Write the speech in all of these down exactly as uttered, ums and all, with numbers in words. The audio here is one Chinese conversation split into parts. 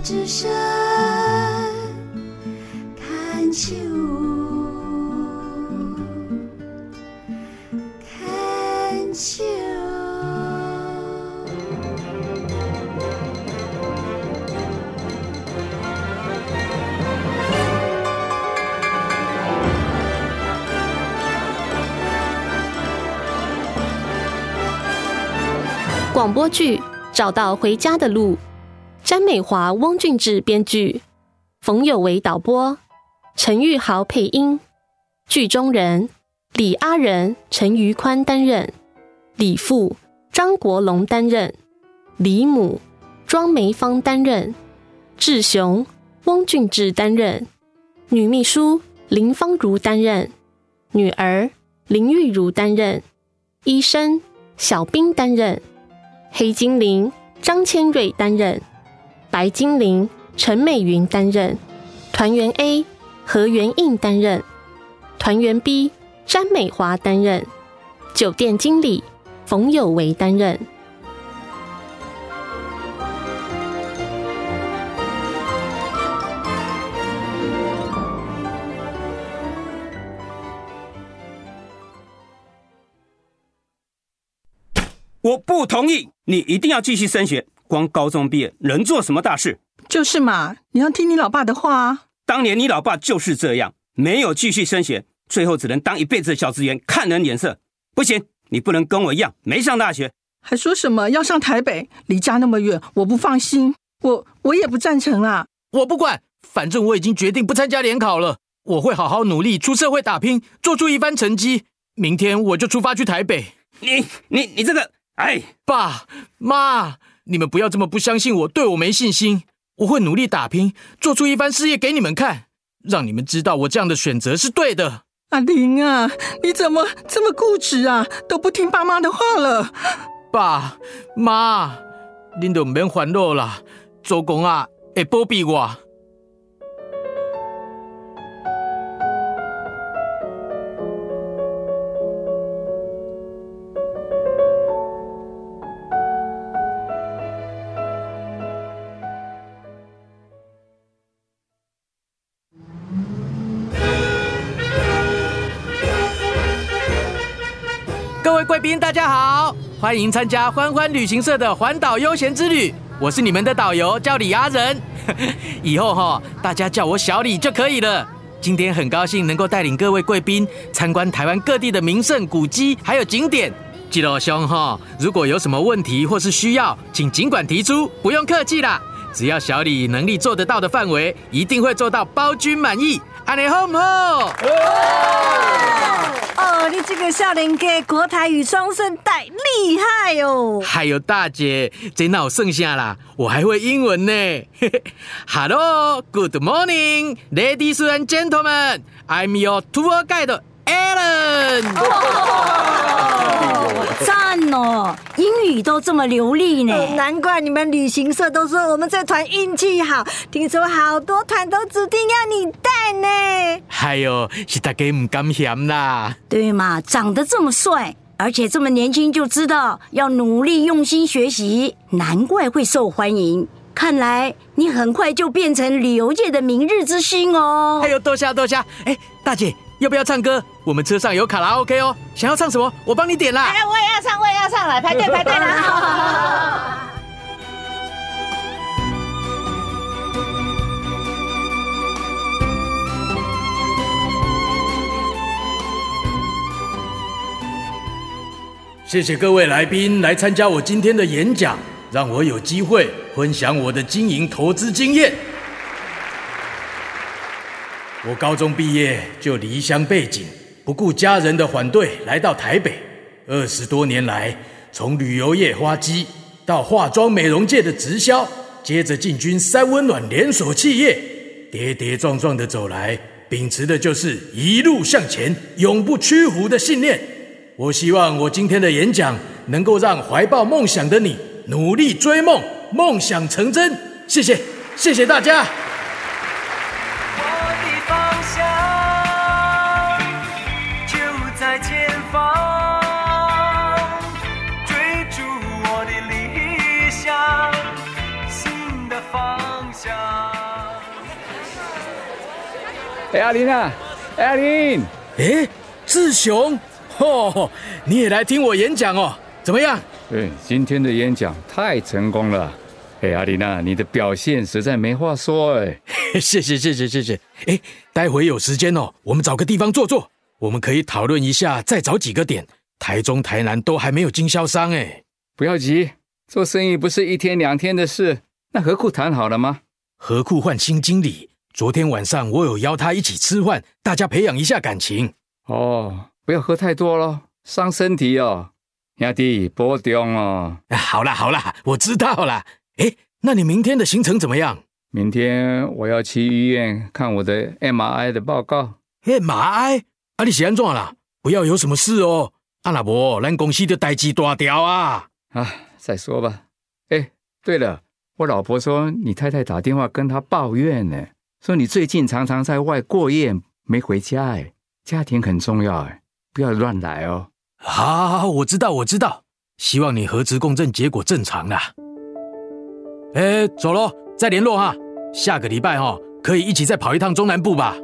之声看秋，看秋。 广播剧《找到回家的路》，詹美华、翁俊志编剧，冯有为导播，陈玉豪配音。剧中人：李阿仁、陈于宽担任；李父张国龙担任；李母庄梅芳担任；志雄翁俊志担任；女秘书林芳如担任；女儿林玉如担任；医生小兵担任；黑精灵张千瑞担任，白精灵陈美云担任，团员 A 何元印担任，团员 B 詹美华担任，酒店经理冯有为担任。 我不同意，你一定要继续升学，光高中毕业能做什么大事？ 就是嘛，你要听你老爸的话啊。 当年你老爸就是这样，没有继续升学，最后只能当一辈子的小职员，看人脸色。不行，你不能跟我一样没上大学。 还说什么要上台北，离家那么远，我不放心，我我也不赞成啦。 我不管，反正我已经决定不参加联考了，我会好好努力，出社会打拼，做出一番成绩。明天我就出发去台北。 你你你这个，哎， 爸妈，你们不要这么不相信我，对我没信心。我会努力打拼，做出一番事业给你们看，让你们知道我这样的选择是对的。 阿玲啊，你怎么这么固执啊？都不听爸妈的话了。 爸妈，你都不免烦恼啦，周公啊会保庇我。各位贵宾大家好，欢迎参加欢欢旅行社的环岛悠闲之旅，我是你们的导游，叫李阿仁。以后齁，大家叫我小李就可以了。今天很高兴能够带领各位贵宾参观台湾各地的名胜古迹还有景点。记得兄齁，如果有什么问题或是需要，请尽管提出，不用客气啦。只要小李能力做得到的范围，一定会做到包君满意。安尼好唔好？ 哦，你这个少年家国台语双声带厉害哦！ 还有大姐，这哪有剩下啦？我还会英文呢。Hello, good morning, ladies and gentlemen. I'm your tour guide, Alan. 哦，赞哦，英语都这么流利呢、 哦，难怪你们旅行社都说我们这团运气好，听说好多团都指定要你带呢。 还有是大家不敢嫌啦。 对嘛，长得这么帅，而且这么年轻就知道要努力用心学习，难怪会受欢迎。看来你很快就变成旅游界的明日之星哦。 还有多谢多谢，哎，大姐要不要唱歌？我们车上有卡拉 OK 哦，想要唱什么我帮你点啦。 哎，我也要唱，我也要唱，来排队排队啦。 谢谢各位来宾来参加我今天的演讲，让我有机会分享我的经营投资经验。我高中毕业就离乡背井，不顾家人的反对来到台北。二十多年来，从旅游业花机到化妆美容界的直销，接着进军三温暖连锁企业，跌跌撞撞的走来，秉持的就是一路向前，永不屈服的信念。我希望我今天的演讲能够让怀抱梦想的你努力追梦，梦想成真。谢谢，谢谢大家。 我的方向就在前方，追逐我的理想，新的方向。 哎，阿林啊，哎，阿林， 哎，志雄，哦，你也来听我演讲哦？怎么样？ 对，今天的演讲太成功了。哎，阿林啊，你的表现实在没话说哎。 谢谢谢谢谢谢。哎，待会有时间哦，我们找个地方坐坐，我们可以讨论一下，再找几个点。台中、台南都还没有经销商哎。 不要急，做生意不是一天两天的事。那河库谈好了吗？ 河库换新经理，昨天晚上我有邀他一起吃饭，大家培养一下感情。 哦，不要喝太多咯，伤身体哦。兄弟，保重哦。 好啦好啦，我知道啦。诶，那你明天的行程怎么样？ 明天我要去医院看我的 M R I 的报告。 M R I？ 啊，你是怎样啦？不要有什么事哦。啊，那不，咱公司的代志大条啊。 啊，再说吧。诶，对了，我老婆说你太太打电话跟她抱怨呢，说你最近常常在外过夜没回家诶，家庭很重要诶，不要乱来哦。 好好好，我知道我知道，希望你核磁共振结果正常啦。诶，走咯，再联络哈。下个礼拜哈、哦，可以一起再跑一趟中南部吧。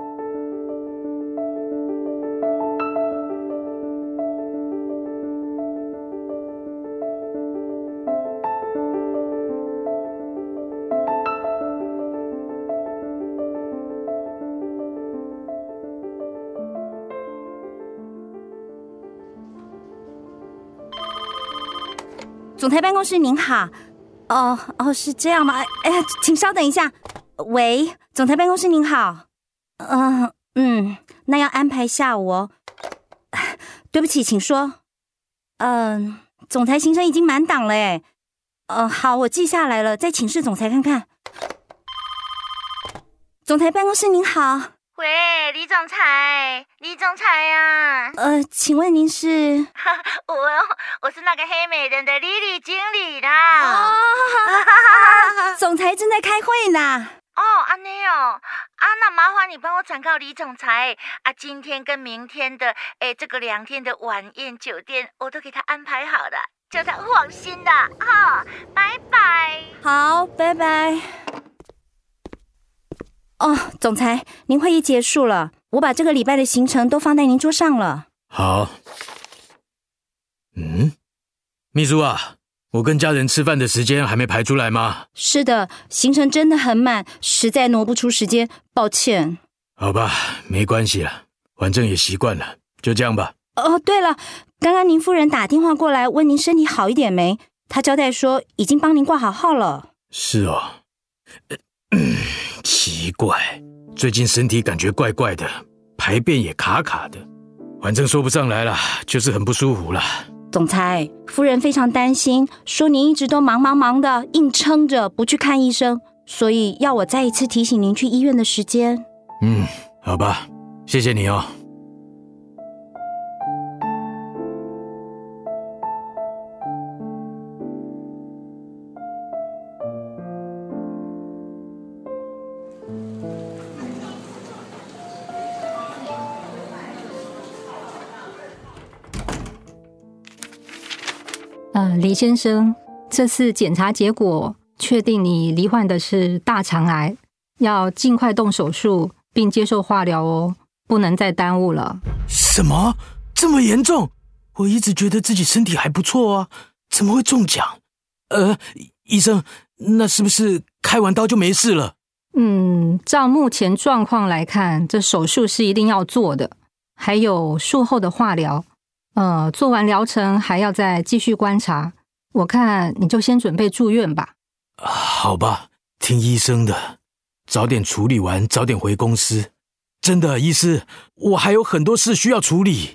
总裁办公室您好。哦哦，是这样吗？哎呀，请稍等一下。喂，总裁办公室您好。嗯、呃、嗯，那要安排下午哦。对不起，请说。嗯、呃，总裁行程已经满档了哎。呃，好，我记下来了，再请示总裁看看。总裁办公室您好。 喂，李总裁，李总裁呀、啊。 呃，请问您是？ 我我是那个黑美人的莉莉经理啦。 哦，总裁正在开会呢。 哦，安内哦，啊，那麻烦你帮我转告李总裁啊，今天跟明天的，哎，这个两天的晚宴酒店我都给他安排好了，叫他放心的哈、哦。拜拜。 好，拜拜。哦，总裁，您会议结束了，我把这个礼拜的行程都放在您桌上了。 好。嗯，秘书啊，我跟家人吃饭的时间还没排出来吗？ 是的，行程真的很满，实在挪不出时间，抱歉。 好吧，没关系了，反正也习惯了，就这样吧。 哦，对了，刚刚您夫人打电话过来问您身体好一点没，她交代说已经帮您挂好号了。 是哦。嗯，奇怪，最近身体感觉怪怪的，排便也卡卡的，反正说不上来了，就是很不舒服了。 总裁，夫人非常担心，说您一直都忙忙忙的，硬撑着不去看医生，所以要我再一次提醒您去医院的时间。 嗯，好吧，谢谢你哦。 呃，李先生，这次检查结果确定你罹患的是大肠癌，要尽快动手术并接受化疗哦，不能再耽误了。 什么？这么严重？我一直觉得自己身体还不错啊，怎么会中奖？呃，医生，那是不是开完刀就没事了？ 嗯，照目前状况来看，这手术是一定要做的，还有术后的化疗。呃，做完疗程还要再继续观察，我看你就先准备住院吧。 好吧，听医生的，早点处理完，早点回公司。真的，医师，我还有很多事需要处理。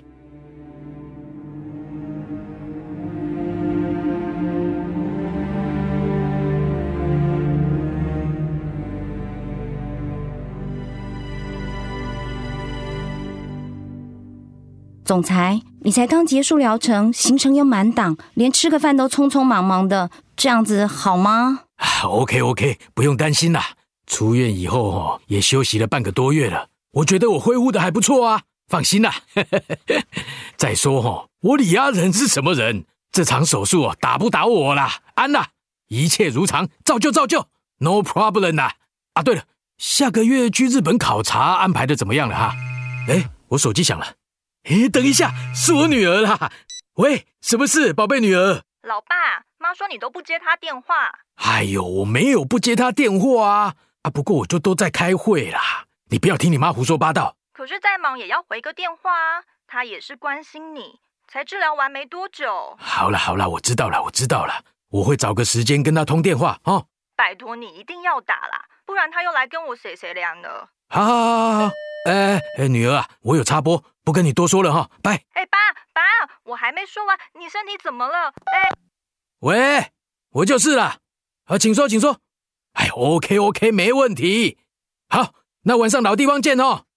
总裁，你才刚结束疗程，行程又满档，连吃个饭都匆匆忙忙的，这样子好吗？ OK OK， 不用担心啦。出院以后哦，也休息了半个多月了，我觉得我恢复的还不错啊，放心啦。再说哦，我李阿仁是什么人？这场手术哦，打不倒我啦，安啦，一切如常，照旧照旧 ，No problem 啦。啊，对了， 下个月去日本考察安排的怎么样了哈？哎，我手机响了。哎，等一下，是我女儿啦。喂，什么事，宝贝女儿？ 老爸，妈说你都不接她电话。 哎呦，我没有不接她电话啊。啊，不过我就都在开会啦。你不要听你妈胡说八道。 可是再忙也要回个电话啊，她也是关心你，才治疗完没多久。 好了好了，我知道了我知道了，我会找个时间跟她通电话哦。 拜托你一定要打啦，不然她又来跟我谁谁凉了。 好好好好好，哎哎，女儿啊，我有插播，不跟你多说了哈，拜。 哎，爸爸，我还没说完，你身体怎么了？哎， 喂，我就是啦，啊，请说请说。哎 ，OK OK， 没问题。好，那晚上老地方见哦。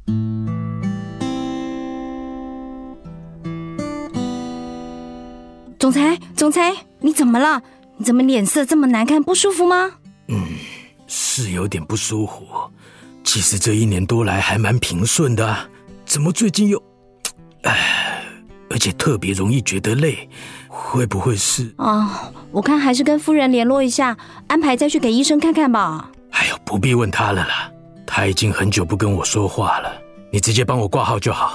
总裁，总裁，你怎么了？你怎么脸色这么难看？不舒服吗？ 嗯，是有点不舒服。其实这一年多来还蛮平顺的啊，怎么最近又……哎，而且特别容易觉得累，会不会是…… 哦，我看还是跟夫人联络一下，安排再去给医生看看吧。 哎呦，不必问他了啦，他已经很久不跟我说话了，你直接帮我挂号就好。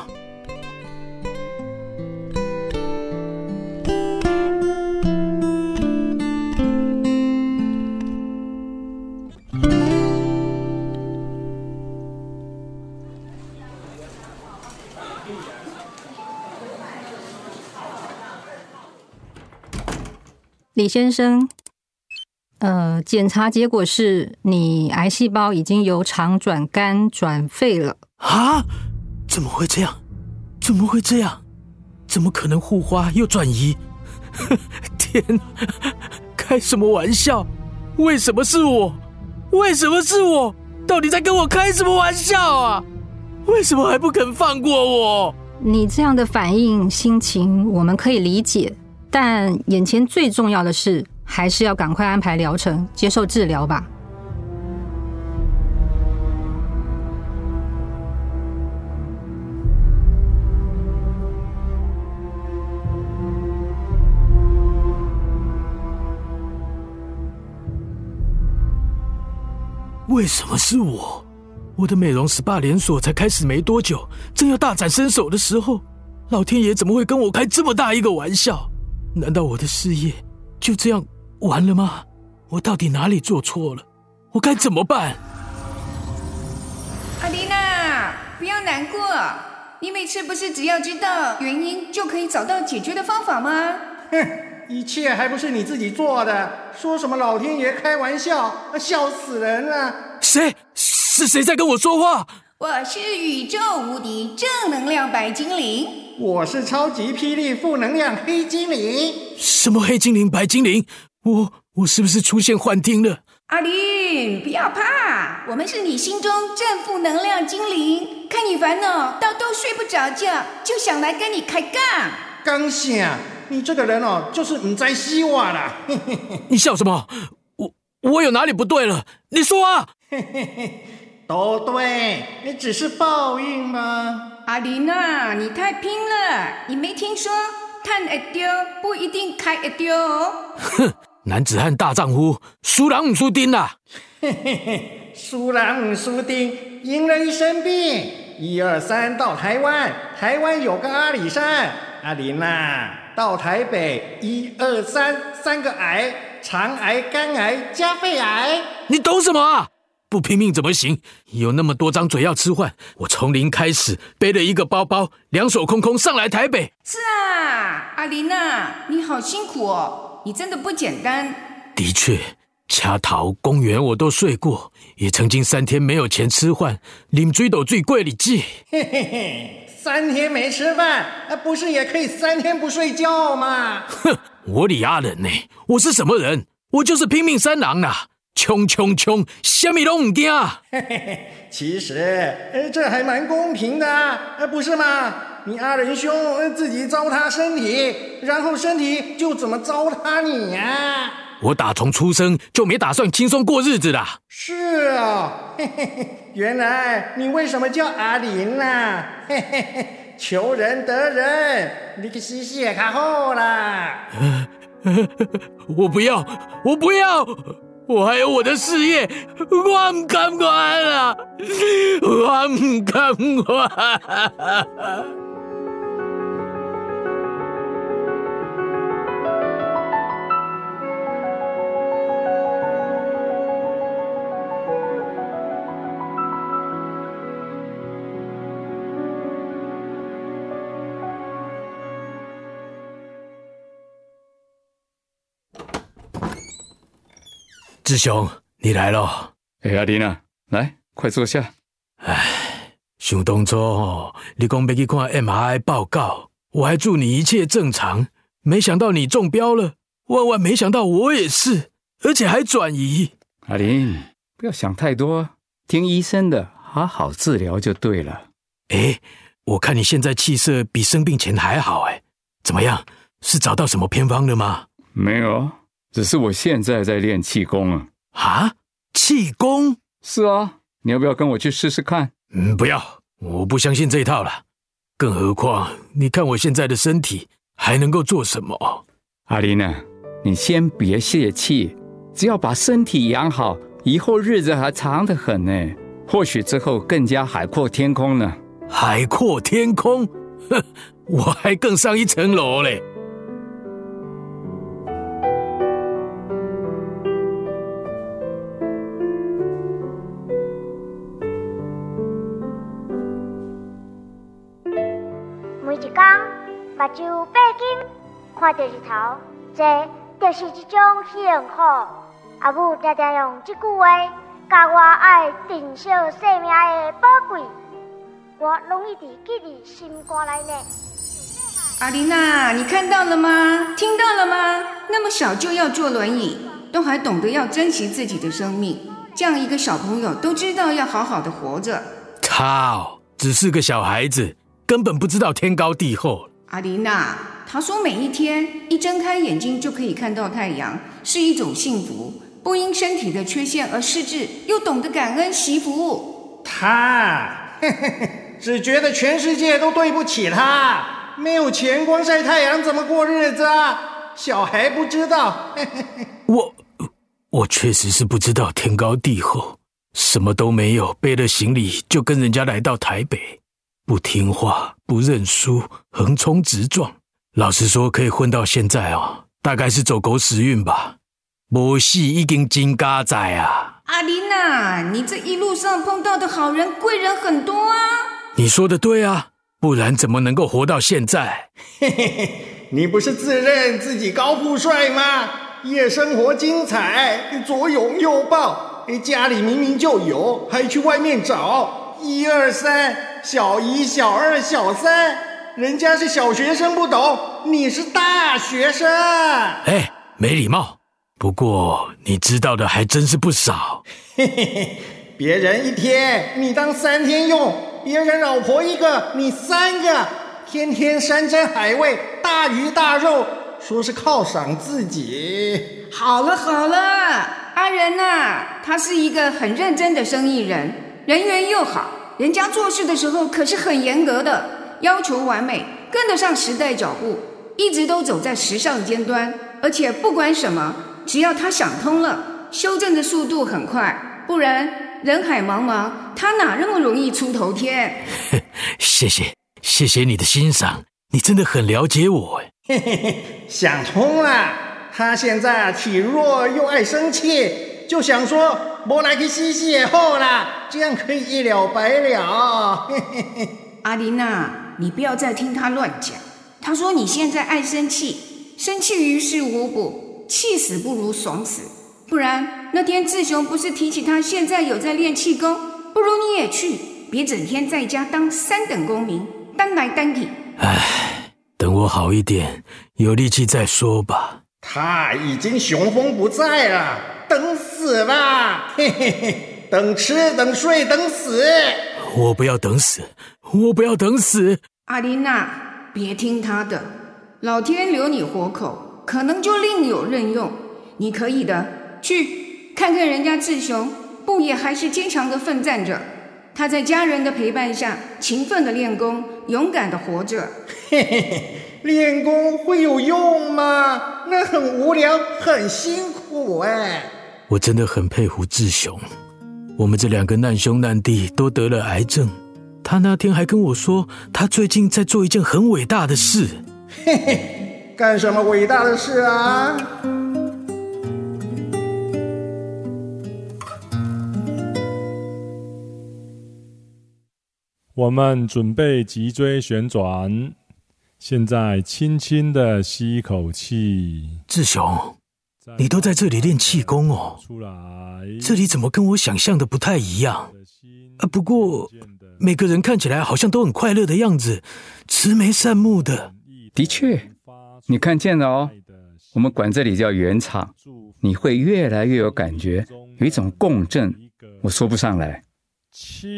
李先生，呃，检查结果是你癌细胞已经由肠转肝转肺了。 啊？怎么会这样？怎么会这样？怎么可能护花又转移？天哪，开什么玩笑？为什么是我？为什么是我？到底在跟我开什么玩笑啊？为什么还不肯放过我？ 你这样的反应心情我们可以理解，但眼前最重要的是还是要赶快安排疗程，接受治疗吧。 为什么是我？我的美容 S P A 连锁才开始没多久，正要大展身手的时候，老天爷怎么会跟我开这么大一个玩笑？难道我的事业就这样完了吗？我到底哪里做错了？我该怎么办？ 阿丽娜，不要难过，你每次不是只要知道原因就可以找到解决的方法吗？ 哼，一切还不是你自己做的，说什么老天爷开玩笑，笑死人了。 谁？是谁在跟我说话？ 我是宇宙无敌正能量白精灵。 我是超级霹雳负能量黑精灵。 什么黑精灵白精灵？我我是不是出现幻听了？ 阿林，不要怕，我们是你心中正负能量精灵，看你烦恼到都睡不着觉，就想来跟你开杠。 刚想，你这个人哦，就是唔知死我啦。 你笑什么？我我有哪里不对了？你说啊！ 都对，你只是报应吗？ 阿琳娜，你太拼了，你没听说赚会丢不一定开会丢哦。 哼，男子汉大丈夫，输人唔输丁啦。 嘿嘿嘿，输人唔输丁，赢了一身病。一二三到台湾，台湾有个阿里山，阿琳娜到台北，一二三三个癌，肠癌、肝癌加肺癌。 你懂什么啊？不拼命怎么行？有那么多张嘴要吃饭，我从零开始背了一个包包，两手空空上来台北。 是啊，阿琳娜，你好辛苦哦，你真的不简单。 的确，恰头公园我都睡过，也曾经三天没有钱吃饭，啉水都最贵里记。 嘿嘿嘿，三天没吃饭，不是也可以三天不睡觉吗？ 哼，我李阿仁呢？我是什么人？我就是拼命三郎啦！冲冲冲，什么都唔惊。 其实这还蛮公平的，不是吗？你阿仁兄自己糟蹋身体，然后身体就怎么糟蹋你呀、啊？ 我打从出生就没打算轻松过日子啦。 是啊、哦，原来你为什么叫阿林啊？求人得人，你个西西也卡后啦。 我不要，我不要。 我还有我的事业，我唔甘愿啦，我唔甘愿。志雄，你来了。 哎，阿林啊，来，快坐下。 哎，想当初哦，你讲要去看 M R I 报告，我还祝你一切正常，没想到你中标了，万万没想到我也是，而且还转移。 阿林，不要想太多，听医生的，好好治疗就对了。 哎，我看你现在气色比生病前还好，哎，怎么样？是找到什么偏方了吗？ 没有。只是我现在在练气功啊！ 啊，气功？ 是啊，你要不要跟我去试试看？ 嗯，不要，我不相信这一套了。更何况，你看我现在的身体，还能够做什么？ 阿琳啊，你先别泄气，只要把身体养好，以后日子还长得很呢。或许之后更加海阔天空呢。 海阔天空？哼，我还更上一层楼嘞。 目睭八金，看到日头，这就是一种幸福。阿母常常用这句话教我爱珍惜生命的宝贵，我拢一直记伫心肝内呢。 阿琳娜，你看到了吗？听到了吗？那么小就要坐轮椅，都还懂得要珍惜自己的生命，这样一个小朋友都知道要好好的活着。 靠，只是个小孩子，根本不知道天高地厚。 阿琳娜，他说每一天一睁开眼睛就可以看到太阳，是一种幸福，不因身体的缺陷而失智，又懂得感恩惜福。 他呵呵只觉得全世界都对不起他，没有钱光晒太阳怎么过日子啊？小孩不知道。呵呵我我确实是不知道天高地厚，什么都没有，背了行李就跟人家来到台北。不听话，不认输，横冲直撞。老实说，可以混到现在哦，大概是走狗屎运吧。没死已经真加载啊！ 阿琳娜，你这一路上碰到的好人贵人很多啊。 你说的对啊，不然怎么能够活到现在？ 嘿嘿嘿，你不是自认自己高富帅吗？夜生活精彩，左拥右抱，家里明明就有，还去外面找。一二三，小一、小二、小三，人家是小学生不懂，你是大学生。 哎，没礼貌。不过你知道的还真是不少。 嘿嘿嘿，别人一天，你当三天用；别人老婆一个，你三个，天天山珍海味、大鱼大肉，说是犒赏自己。 好了好了，阿仁啊，他是一个很认真的生意人。人缘又好，人家做事的时候可是很严格的，要求完美，跟得上时代脚步，一直都走在时尚尖端。而且不管什么，只要他想通了，修正的速度很快，不然人海茫茫，他哪那么容易出头天？ 谢谢，谢谢你的欣赏，你真的很了解我。 嘿嘿嘿，想通了，他现在体弱又爱生气，就想说没来去洗洗也好啦，这样可以一了百了。 阿琳娜，你不要再听他乱讲。他说你现在爱生气，生气于事无补，气死不如爽死。不然那天志雄不是提起他现在有在练气功，不如你也去，别整天在家当三等公民，单来单去。 唉，等我好一点，有力气再说吧。 他已经雄风不在了，等死吧，嘿嘿嘿，等吃等睡等死。 我不要等死，我不要等死。 阿琳娜，别听他的，老天留你活口，可能就另有任用。你可以的，去看看人家志雄，不也还是坚强的奋战着？他在家人的陪伴下，勤奋的练功，勇敢的活着。 嘿嘿嘿，练功会有用吗？那很无聊，很辛苦哎。 我真的很佩服志雄，我们这两个难兄难弟都得了癌症，他那天还跟我说，他最近在做一件很伟大的事。 嘿嘿，干什么伟大的事啊？ 我们准备脊椎旋转，现在轻轻的吸一口气。 志雄，你都在这里练气功哦？ 出来， 这里怎么跟我想象的不太一样啊？不过每个人看起来好像都很快乐的样子，慈眉善目的。 的确，你看见了哦。我们管这里叫圆场，你会越来越有感觉，有一种共振，我说不上来。 七，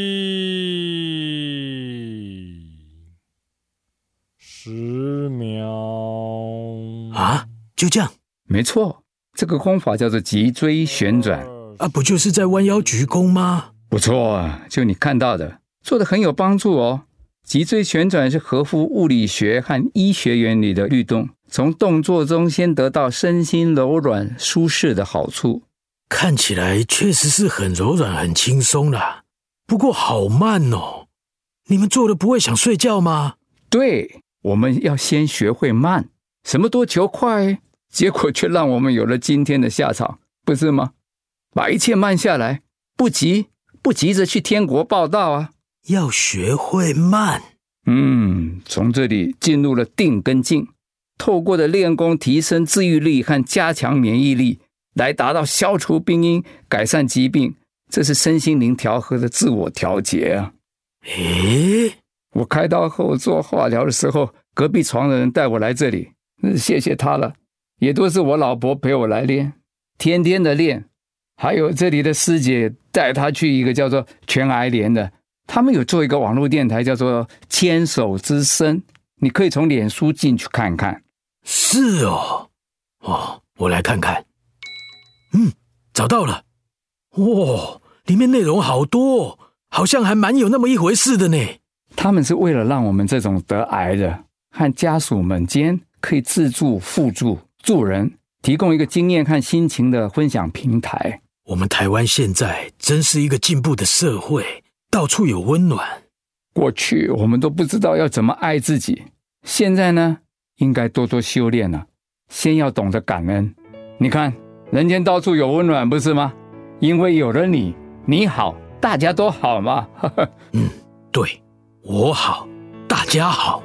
十秒啊，就这样？ 没错，这个功法叫做脊椎旋转啊，不就是在弯腰鞠躬吗？ 不错啊，就你看到的，做得很有帮助哦。脊椎旋转是合乎物理学和医学原理的律动，从动作中先得到身心柔软舒适的好处。 看起来确实是很柔软很轻松啦，不过好慢哦。你们做了不会想睡觉吗？ 对，我们要先学会慢，什么都求快，结果却让我们有了今天的下场，不是吗？把一切慢下来，不急不急着去天国报道啊， 要学会慢。 嗯，从这里进入了定跟静，透过的练功提升自愈力和加强免疫力，来达到消除病因、改善疾病，这是身心灵调和的自我调节啊。 诶， 我开刀后做化疗的时候，隔壁床的人带我来这里，谢谢他了，也都是我老婆陪我来练，天天的练。还有这里的师姐带他去一个叫做全癌联的，他们有做一个网络电台叫做牵手之声，你可以从脸书进去看看。 是哦，哦，我来看看。嗯，找到了。哇，里面内容好多，好像还蛮有那么一回事的呢。 他们是为了让我们这种得癌的和家属们间可以自助、互助、助人，提供一个经验和心情的分享平台。 我们台湾现在真是一个进步的社会，到处有温暖。 过去我们都不知道要怎么爱自己，现在呢，应该多多修炼了。先要懂得感恩。你看，人间到处有温暖，不是吗？因为有了你，你好，大家都好嘛。 嗯，对，我好，大家好。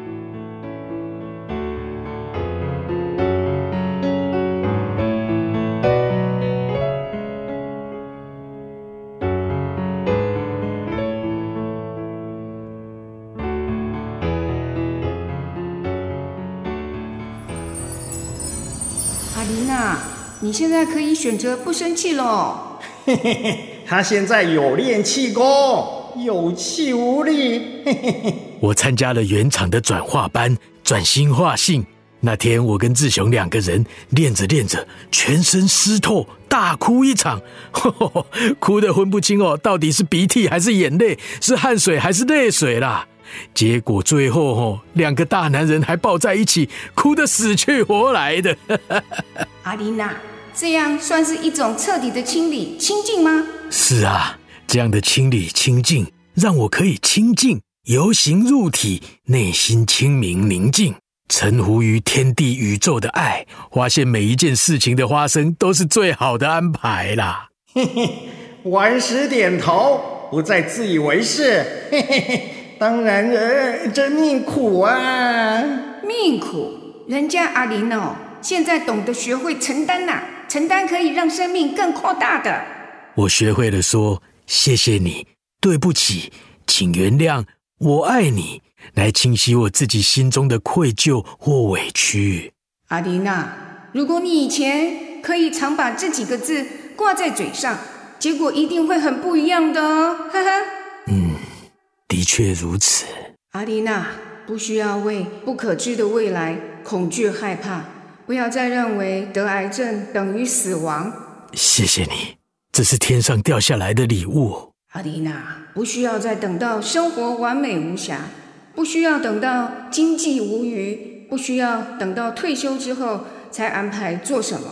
阿琳娜，你现在可以选择不生气咯。 嘿嘿嘿，他现在有练气功，有气无力。嘿嘿嘿， 我参加了原厂的转化班，转心化性。那天我跟志雄两个人练着练着，全身湿透，大哭一场，呵呵，哭得分不清哦，到底是鼻涕还是眼泪，是汗水还是泪水啦。结果最后哦，两个大男人还抱在一起，哭得死去活来的。 阿琳娜，这样算是一种彻底的清理清净吗？ 是啊，这样的清理清净，让我可以清净，由形入体，内心清明宁静，臣服于天地宇宙的爱，发现每一件事情的发生都是最好的安排啦。 嘿嘿，顽石点头，不再自以为是。嘿嘿嘿，当然人真命苦啊。 命苦？人家阿琳哦，现在懂得学会承担呐、啊，承担可以让生命更扩大的。 我学会了说谢谢你，对不起，请原谅，我爱你，来清晰我自己心中的愧疚或委屈。 阿琳娜，如果你以前可以常把这几个字挂在嘴上，结果一定会很不一样的哦，哈哈。 嗯，的确如此。 阿琳娜，不需要为不可知的未来恐惧害怕，不要再认为得癌症等于死亡。 谢谢你，这是天上掉下来的礼物。 阿琳娜，不需要再等到生活完美无瑕，不需要等到经济无虞，不需要等到退休之后才安排做什么。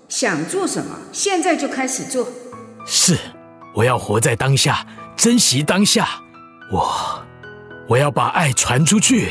想做什么，现在就开始做。 是，我要活在当下，珍惜当下。我，我要把爱传出去。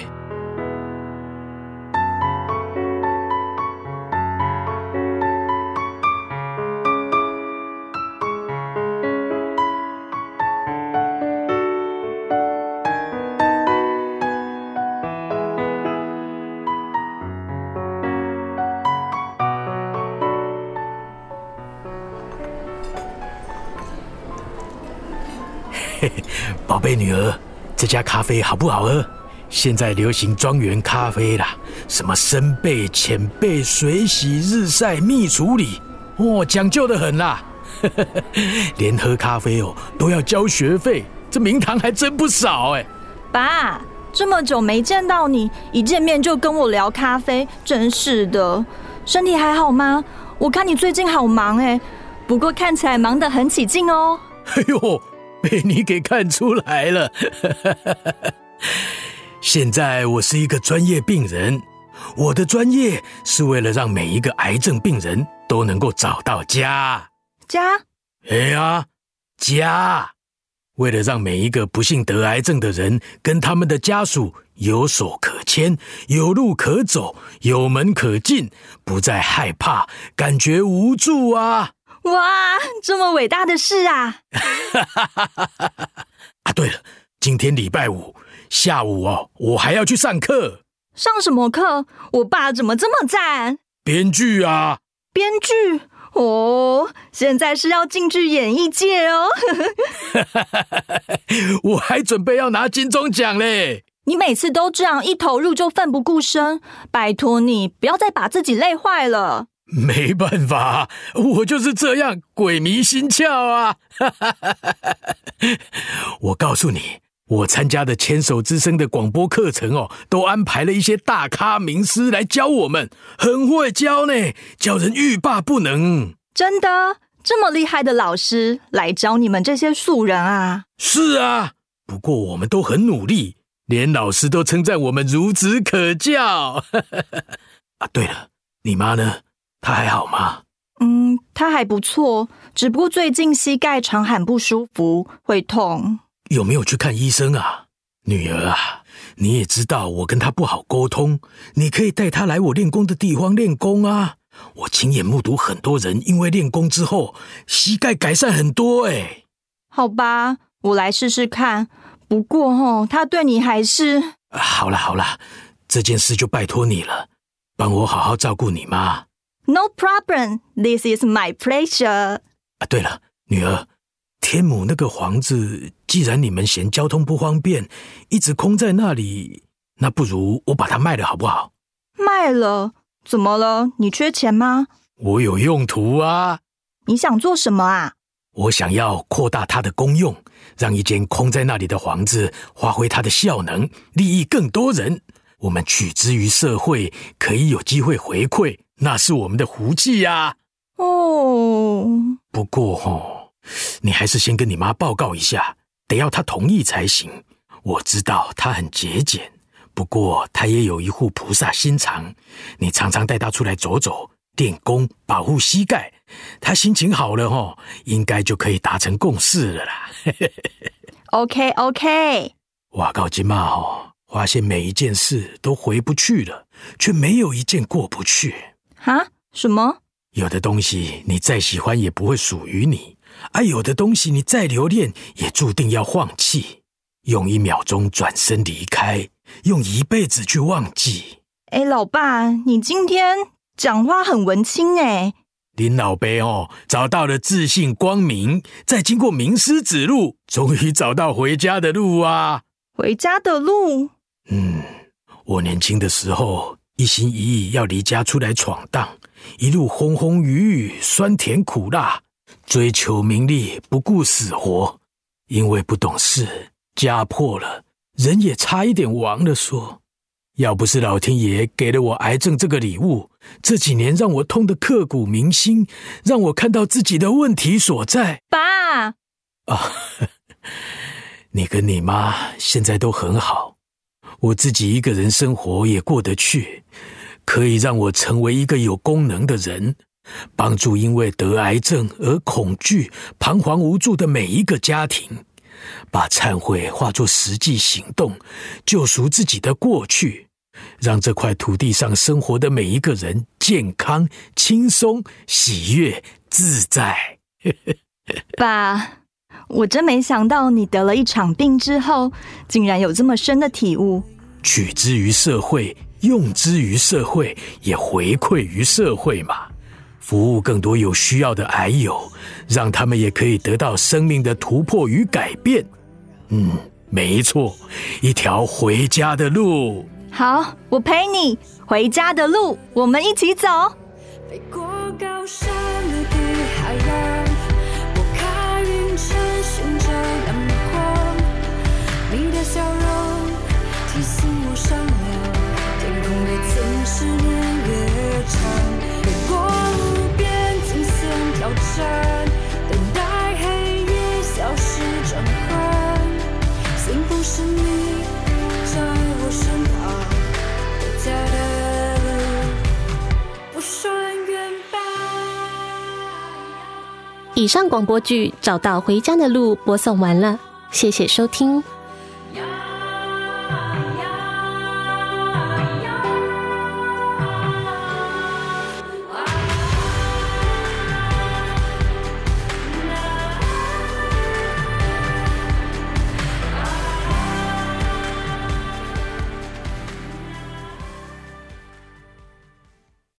嘿嘿，宝贝女儿，这家咖啡好不好喝？现在流行庄园咖啡啦，什么深焙、浅焙、水洗、日晒、蜜处理，哦，讲究得很啦。连喝咖啡哦都要交学费，这名堂还真不少哎。 爸，这么久没见到你，一见面就跟我聊咖啡，真是的。身体还好吗？我看你最近好忙哎，不过看起来忙得很起劲哦。 哎呦，被你给看出来了。现在我是一个专业病人，我的专业是为了让每一个癌症病人都能够找到家。 家？ 哎呀，家！为了让每一个不幸得癌症的人跟他们的家属有手可牵，有路可走，有门可进，不再害怕，感觉无助啊！ 哇，这么伟大的事啊！ 啊，对了，今天礼拜五下午哦，我还要去上课。 上什么课？我爸怎么这么赞？ 编剧啊！ 编剧？哦，现在是要进军演艺界哦。 我还准备要拿金钟奖嘞。 你每次都这样，一投入就奋不顾身，拜托你不要再把自己累坏了。 没办法，我就是这样鬼迷心窍啊。我告诉你，我参加的牵手之声的广播课程哦，都安排了一些大咖名师来教我们，很会教呢，教人欲罢不能。 真的？这么厉害的老师来教你们这些素人啊？ 是啊，不过我们都很努力，连老师都称赞我们孺子可教。啊，对了，你妈呢？她还好吗？ 嗯，她还不错，只不过最近膝盖常喊不舒服，会痛。 有没有去看医生啊？女儿啊，你也知道我跟她不好沟通，你可以带她来我练功的地方练功啊。我亲眼目睹很多人因为练功之后膝盖改善很多哎。 好吧，我来试试看。不过哦，她对你还是…… 啊，好啦好啦，这件事就拜托你了，帮我好好照顾你妈。 No problem, this is my pleasure. 啊，对了，女儿，天母那个房子，既然你们嫌交通不方便，一直空在那里，那不如我把它卖了好不好？ 卖了？怎么了？你缺钱吗？ 我有用途啊。 你想做什么啊？ 我想要扩大它的功用，让一间空在那里的房子发挥它的效能，利益更多人。我们取之于社会，可以有机会回馈，那是我们的福气呀。 哦， 不过哦，你还是先跟你妈报告一下，得要她同意才行。我知道她很节俭，不过她也有一副菩萨心肠。你常常带她出来走走，练功，保护膝盖，她心情好了哦，应该就可以达成共识了啦。 OK OK。 哇告金妈哦，发现每一件事都回不去了，却没有一件过不去。 哈？什么？ 有的东西你再喜欢也不会属于你，而、啊、有的东西你再留恋也注定要放弃。用一秒钟转身离开，用一辈子去忘记。 哎，老爸，你今天讲话很文青哎。 林老爸哦，找到了自信光明，再经过名师指路，终于找到回家的路啊！ 回家的路？ 嗯，我年轻的时候一心一意要离家出来闯荡，一路风风雨雨，酸甜苦辣，追求名利，不顾死活。因为不懂事，家破了，人也差一点亡了说。要不是老天爷给了我癌症这个礼物，这几年让我痛得刻骨铭心，让我看到自己的问题所在。 爸！ 啊，你跟你妈现在都很好，我自己一个人生活也过得去，可以让我成为一个有功能的人， 帮助因为得癌症而恐惧、彷徨无助的每一个家庭，把忏悔化作实际行动，救赎自己的过去，让这块土地上生活的每一个人健康、轻松、喜悦、自在。 爸，我真没想到你得了一场病之后，竟然有这么深的体悟。 取之于社会，用之于社会，也回馈于社会嘛。服务更多有需要的癌友，让他们也可以得到生命的突破与改变。嗯，没错，一条回家的路。 好，我陪你回家的路，我们一起走。 飞过高山陆地海洋，拨开云层寻找阳光，你的笑容提醒我善良，天空也曾是年越长，飞过无边金线挑战，等待黑夜消失转换，幸福是你在我身旁，回家的路不算远吧。 以上广播剧《找到回家的路》播送完了，谢谢收听。